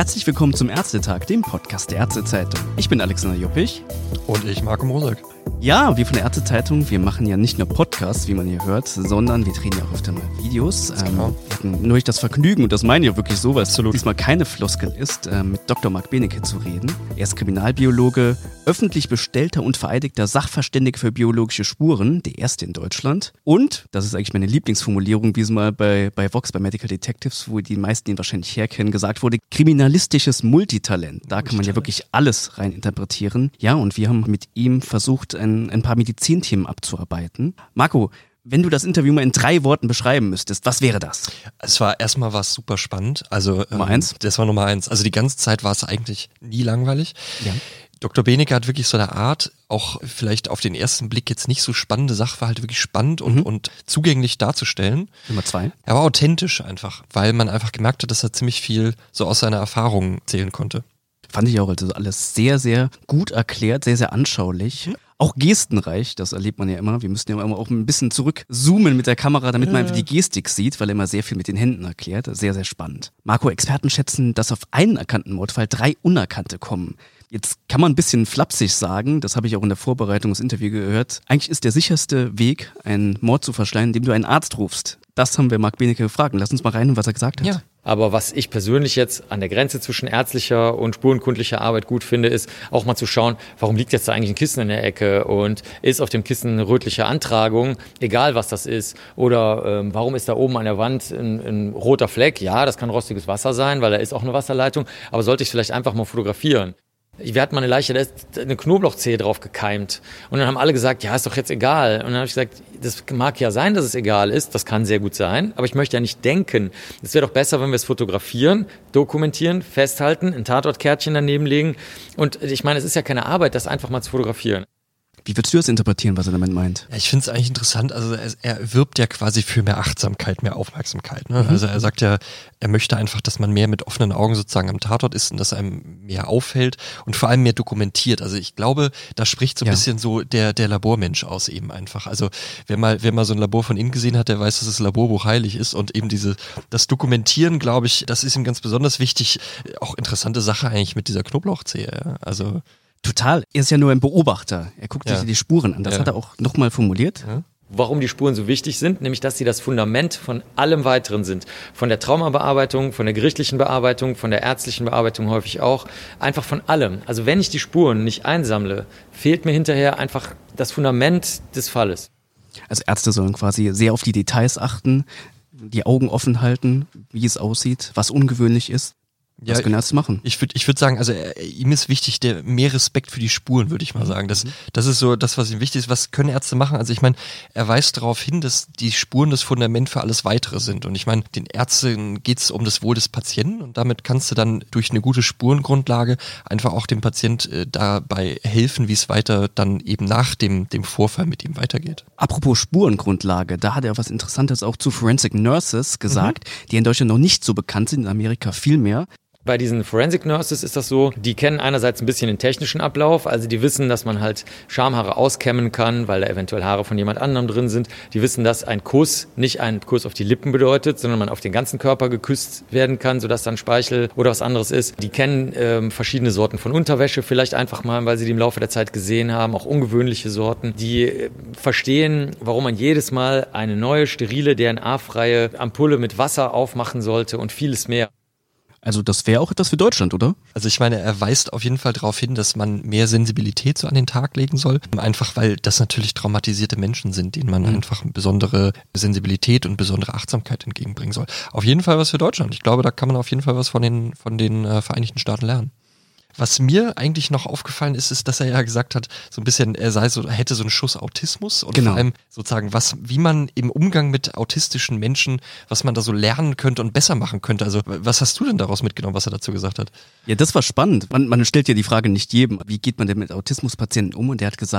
Herzlich willkommen zum Ärztetag, dem Podcast der Ärztezeitung. Ich bin Alexander Joppich. Und ich, Marco Mosek. Ja, wir von der Ärztezeitung, wir machen ja nicht nur Podcasts, wie man hier hört, sondern wir drehen ja auch öfter mal Videos. Wir hatten neulich das Vergnügen, und das meine ich auch wirklich so, weil es diesmal keine Floskel ist, mit Dr. Marc Benecke zu reden. Er ist Kriminalbiologe, öffentlich bestellter und vereidigter Sachverständiger für biologische Spuren, der erste in Deutschland. Und, das ist eigentlich meine Lieblingsformulierung, wie es mal bei Vox, bei Medical Detectives, wo die meisten ihn wahrscheinlich herkennen, gesagt wurde, kriminalistisches Multitalent. Da kann man ja wirklich alles rein interpretieren. Ja, und wir haben mit ihm versucht, ein paar Medizinthemen abzuarbeiten. Marco, wenn du das Interview mal in 3 Worten beschreiben müsstest, was wäre das? Es war erstmal super spannend. Also Nummer 1? Das war Nummer 1. Also die ganze Zeit war es eigentlich nie langweilig. Ja. Dr. Benecke hat wirklich so eine Art, auch vielleicht auf den ersten Blick jetzt nicht so spannende Sachverhalte wirklich spannend und zugänglich darzustellen. Nummer 2? Er war authentisch einfach, weil man einfach gemerkt hat, dass er ziemlich viel so aus seiner Erfahrung zählen konnte. Fand ich auch, also alles sehr, sehr gut erklärt, sehr, sehr anschaulich. Auch gestenreich, das erlebt man ja immer. Wir müssen ja immer auch ein bisschen zurückzoomen mit der Kamera, damit man einfach die Gestik sieht, weil er immer sehr viel mit den Händen erklärt. Sehr, sehr spannend. Marco, Experten schätzen, dass auf einen erkannten Mordfall 3 unerkannte kommen. Jetzt kann man ein bisschen flapsig sagen, das habe ich auch in der Vorbereitung des Interviews gehört. Eigentlich ist der sicherste Weg, einen Mord zu verschleiern, indem du einen Arzt rufst. Das haben wir Marc Benecke gefragt. Lass uns mal rein, was er gesagt hat. Ja. Aber was ich persönlich jetzt an der Grenze zwischen ärztlicher und spurenkundlicher Arbeit gut finde, ist auch mal zu schauen, warum liegt jetzt da eigentlich ein Kissen in der Ecke und ist auf dem Kissen eine rötliche Antragung, egal was das ist. Oder warum ist da oben an der Wand ein roter Fleck? Ja, das kann rostiges Wasser sein, weil da ist auch eine Wasserleitung. Aber sollte ich es vielleicht einfach mal fotografieren? Wir hatten mal eine Leiche, da ist eine Knoblauchzehe drauf gekeimt. Und dann haben alle gesagt, ja, ist doch jetzt egal. Und dann habe ich gesagt, das mag ja sein, dass es egal ist. Das kann sehr gut sein. Aber ich möchte ja nicht denken. Es wäre doch besser, wenn wir es fotografieren, dokumentieren, festhalten, ein Tatortkärtchen daneben legen. Und ich meine, es ist ja keine Arbeit, das einfach mal zu fotografieren. Wie würdest du das interpretieren, was er damit meint? Ja, ich finde es eigentlich interessant, also er wirbt ja quasi für mehr Achtsamkeit, mehr Aufmerksamkeit. Ne? Also er sagt ja, er möchte einfach, dass man mehr mit offenen Augen sozusagen am Tatort ist und dass einem mehr auffällt und vor allem mehr dokumentiert. Also ich glaube, da spricht so ein bisschen so der Labormensch aus eben einfach. Also wer mal so ein Labor von innen gesehen hat, der weiß, dass das Laborbuch heilig ist und eben das Dokumentieren, glaube ich, das ist ihm ganz besonders wichtig. Auch interessante Sache eigentlich mit dieser Knoblauchzehe. Ja? Also total. Er ist ja nur ein Beobachter. Er guckt sich die Spuren an. Das hat er auch nochmal formuliert. Ja. Warum die Spuren so wichtig sind, nämlich dass sie das Fundament von allem Weiteren sind. Von der Traumabearbeitung, von der gerichtlichen Bearbeitung, von der ärztlichen Bearbeitung häufig auch. Einfach von allem. Also wenn ich die Spuren nicht einsammle, fehlt mir hinterher einfach das Fundament des Falles. Also Ärzte sollen quasi sehr auf die Details achten, die Augen offen halten, wie es aussieht, was ungewöhnlich ist. Was können Ärzte machen? Ich würde sagen, also ihm ist wichtig, mehr Respekt für die Spuren, würde ich mal sagen. Das ist so das, was ihm wichtig ist. Was können Ärzte machen? Also ich meine, er weist darauf hin, dass die Spuren das Fundament für alles Weitere sind. Und ich meine, den Ärzten geht es um das Wohl des Patienten und damit kannst du dann durch eine gute Spurengrundlage einfach auch dem Patient dabei helfen, wie es weiter dann eben nach dem Vorfall mit ihm weitergeht. Apropos Spurengrundlage, da hat er was Interessantes auch zu Forensic Nurses gesagt, die in Deutschland noch nicht so bekannt sind, in Amerika viel mehr. Bei diesen Forensic Nurses ist das so, die kennen einerseits ein bisschen den technischen Ablauf, also die wissen, dass man halt Schamhaare auskämmen kann, weil da eventuell Haare von jemand anderem drin sind. Die wissen, dass ein Kuss nicht ein Kuss auf die Lippen bedeutet, sondern man auf den ganzen Körper geküsst werden kann, sodass dann Speichel oder was anderes ist. Die kennen verschiedene Sorten von Unterwäsche vielleicht einfach mal, weil sie die im Laufe der Zeit gesehen haben, auch ungewöhnliche Sorten. Die verstehen, warum man jedes Mal eine neue, sterile, DNA-freie Ampulle mit Wasser aufmachen sollte und vieles mehr. Also das wäre auch etwas für Deutschland, oder? Also ich meine, er weist auf jeden Fall darauf hin, dass man mehr Sensibilität so an den Tag legen soll. Einfach weil das natürlich traumatisierte Menschen sind, denen man einfach besondere Sensibilität und besondere Achtsamkeit entgegenbringen soll. Auf jeden Fall was für Deutschland. Ich glaube, da kann man auf jeden Fall was von den Vereinigten Staaten lernen. Was mir eigentlich noch aufgefallen ist, dass er ja gesagt hat, so ein bisschen, hätte so einen Schuss Autismus und vor allem sozusagen wie man im Umgang mit autistischen Menschen, was man da so lernen könnte und besser machen könnte. Also was hast du denn daraus mitgenommen, was er dazu gesagt hat? Ja, das war spannend. Man stellt ja die Frage nicht jedem, wie geht man denn mit Autismuspatienten um? Und der hat gesagt,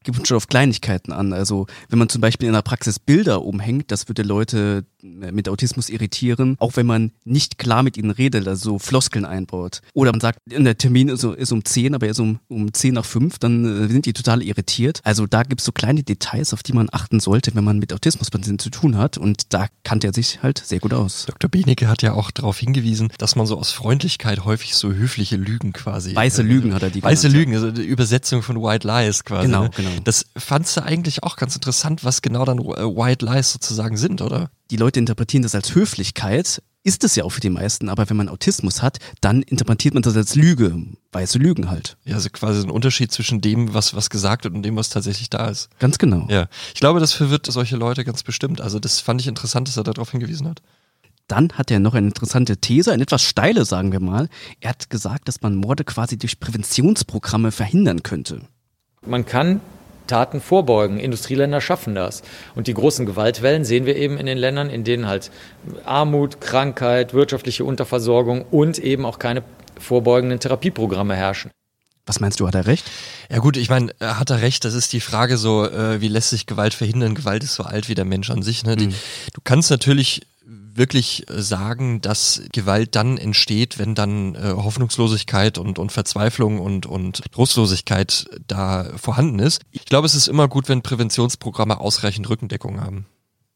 gibt schon auf Kleinigkeiten an. Also wenn man zum Beispiel in der Praxis Bilder umhängt, das würde Leute mit Autismus irritieren, auch wenn man nicht klar mit ihnen redet, also so Floskeln einbaut. Oder man sagt, der Termin ist um 10, aber er ist um 10 nach 5, dann sind die total irritiert. Also da gibt es so kleine Details, auf die man achten sollte, wenn man mit Autismuspatienten zu tun hat, und da kannte er sich halt sehr gut aus. Dr. Benecke hat ja auch darauf hingewiesen, dass man so aus Freundlichkeit häufig so höfliche Lügen quasi... Weiße Lügen hat er die genannt. Weiße Lügen, also die Übersetzung von White Lies quasi. Genau, ne? genau. Das fandst du eigentlich auch ganz interessant, was genau dann White Lies sozusagen sind, oder? Die Leute interpretieren das als Höflichkeit, ist es ja auch für die meisten, aber wenn man Autismus hat, dann interpretiert man das als Lüge, weiße Lügen halt. Ja, also quasi ein Unterschied zwischen dem, was gesagt wird und dem, was tatsächlich da ist. Ganz genau. Ja, ich glaube, das verwirrt solche Leute ganz bestimmt. Also das fand ich interessant, dass er darauf hingewiesen hat. Dann hat er noch eine interessante These, eine etwas steile, sagen wir mal. Er hat gesagt, dass man Morde quasi durch Präventionsprogramme verhindern könnte. Man kann Taten vorbeugen. Industrieländer schaffen das. Und die großen Gewaltwellen sehen wir eben in den Ländern, in denen halt Armut, Krankheit, wirtschaftliche Unterversorgung und eben auch keine vorbeugenden Therapieprogramme herrschen. Was meinst du, hat er recht? Ja gut, ich meine, hat er recht, das ist die Frage so, wie lässt sich Gewalt verhindern? Gewalt ist so alt wie der Mensch an sich. Ne? Du kannst natürlich wirklich sagen, dass Gewalt dann entsteht, wenn dann Hoffnungslosigkeit und Verzweiflung und Trostlosigkeit da vorhanden ist. Ich glaube, es ist immer gut, wenn Präventionsprogramme ausreichend Rückendeckung haben.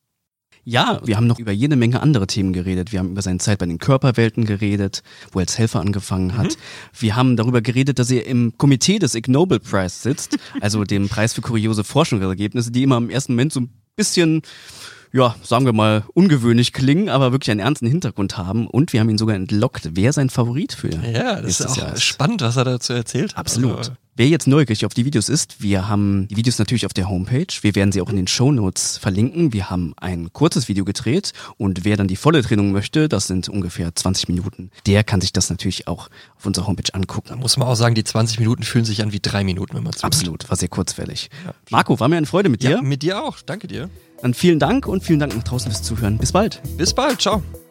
Ja, wir haben noch über jede Menge andere Themen geredet. Wir haben über seine Zeit bei den Körperwelten geredet, wo er als Helfer angefangen hat. Wir haben darüber geredet, dass er im Komitee des Ig Nobel Prize sitzt, also dem Preis für kuriose Forschungsergebnisse, die immer im ersten Moment so ein bisschen, ja, sagen wir mal, ungewöhnlich klingen, aber wirklich einen ernsten Hintergrund haben. Und wir haben ihn sogar entlockt, wer sein Favorit für Ja, das ist auch spannend, was er dazu erzählt hat. Absolut. Also, wer jetzt neugierig auf die Videos ist, wir haben die Videos natürlich auf der Homepage. Wir werden sie auch in den Shownotes verlinken. Wir haben ein kurzes Video gedreht und wer dann die volle Training möchte, das sind ungefähr 20 Minuten, der kann sich das natürlich auch auf unserer Homepage angucken. Da muss man auch sagen, die 20 Minuten fühlen sich an wie 3 Minuten, wenn man zuhört. Absolut, war sehr kurzweilig. Ja. Marco, war mir eine Freude mit dir. Ja, mit dir auch. Danke dir. Dann vielen Dank und vielen Dank nach draußen fürs Zuhören. Bis bald. Bis bald. Ciao.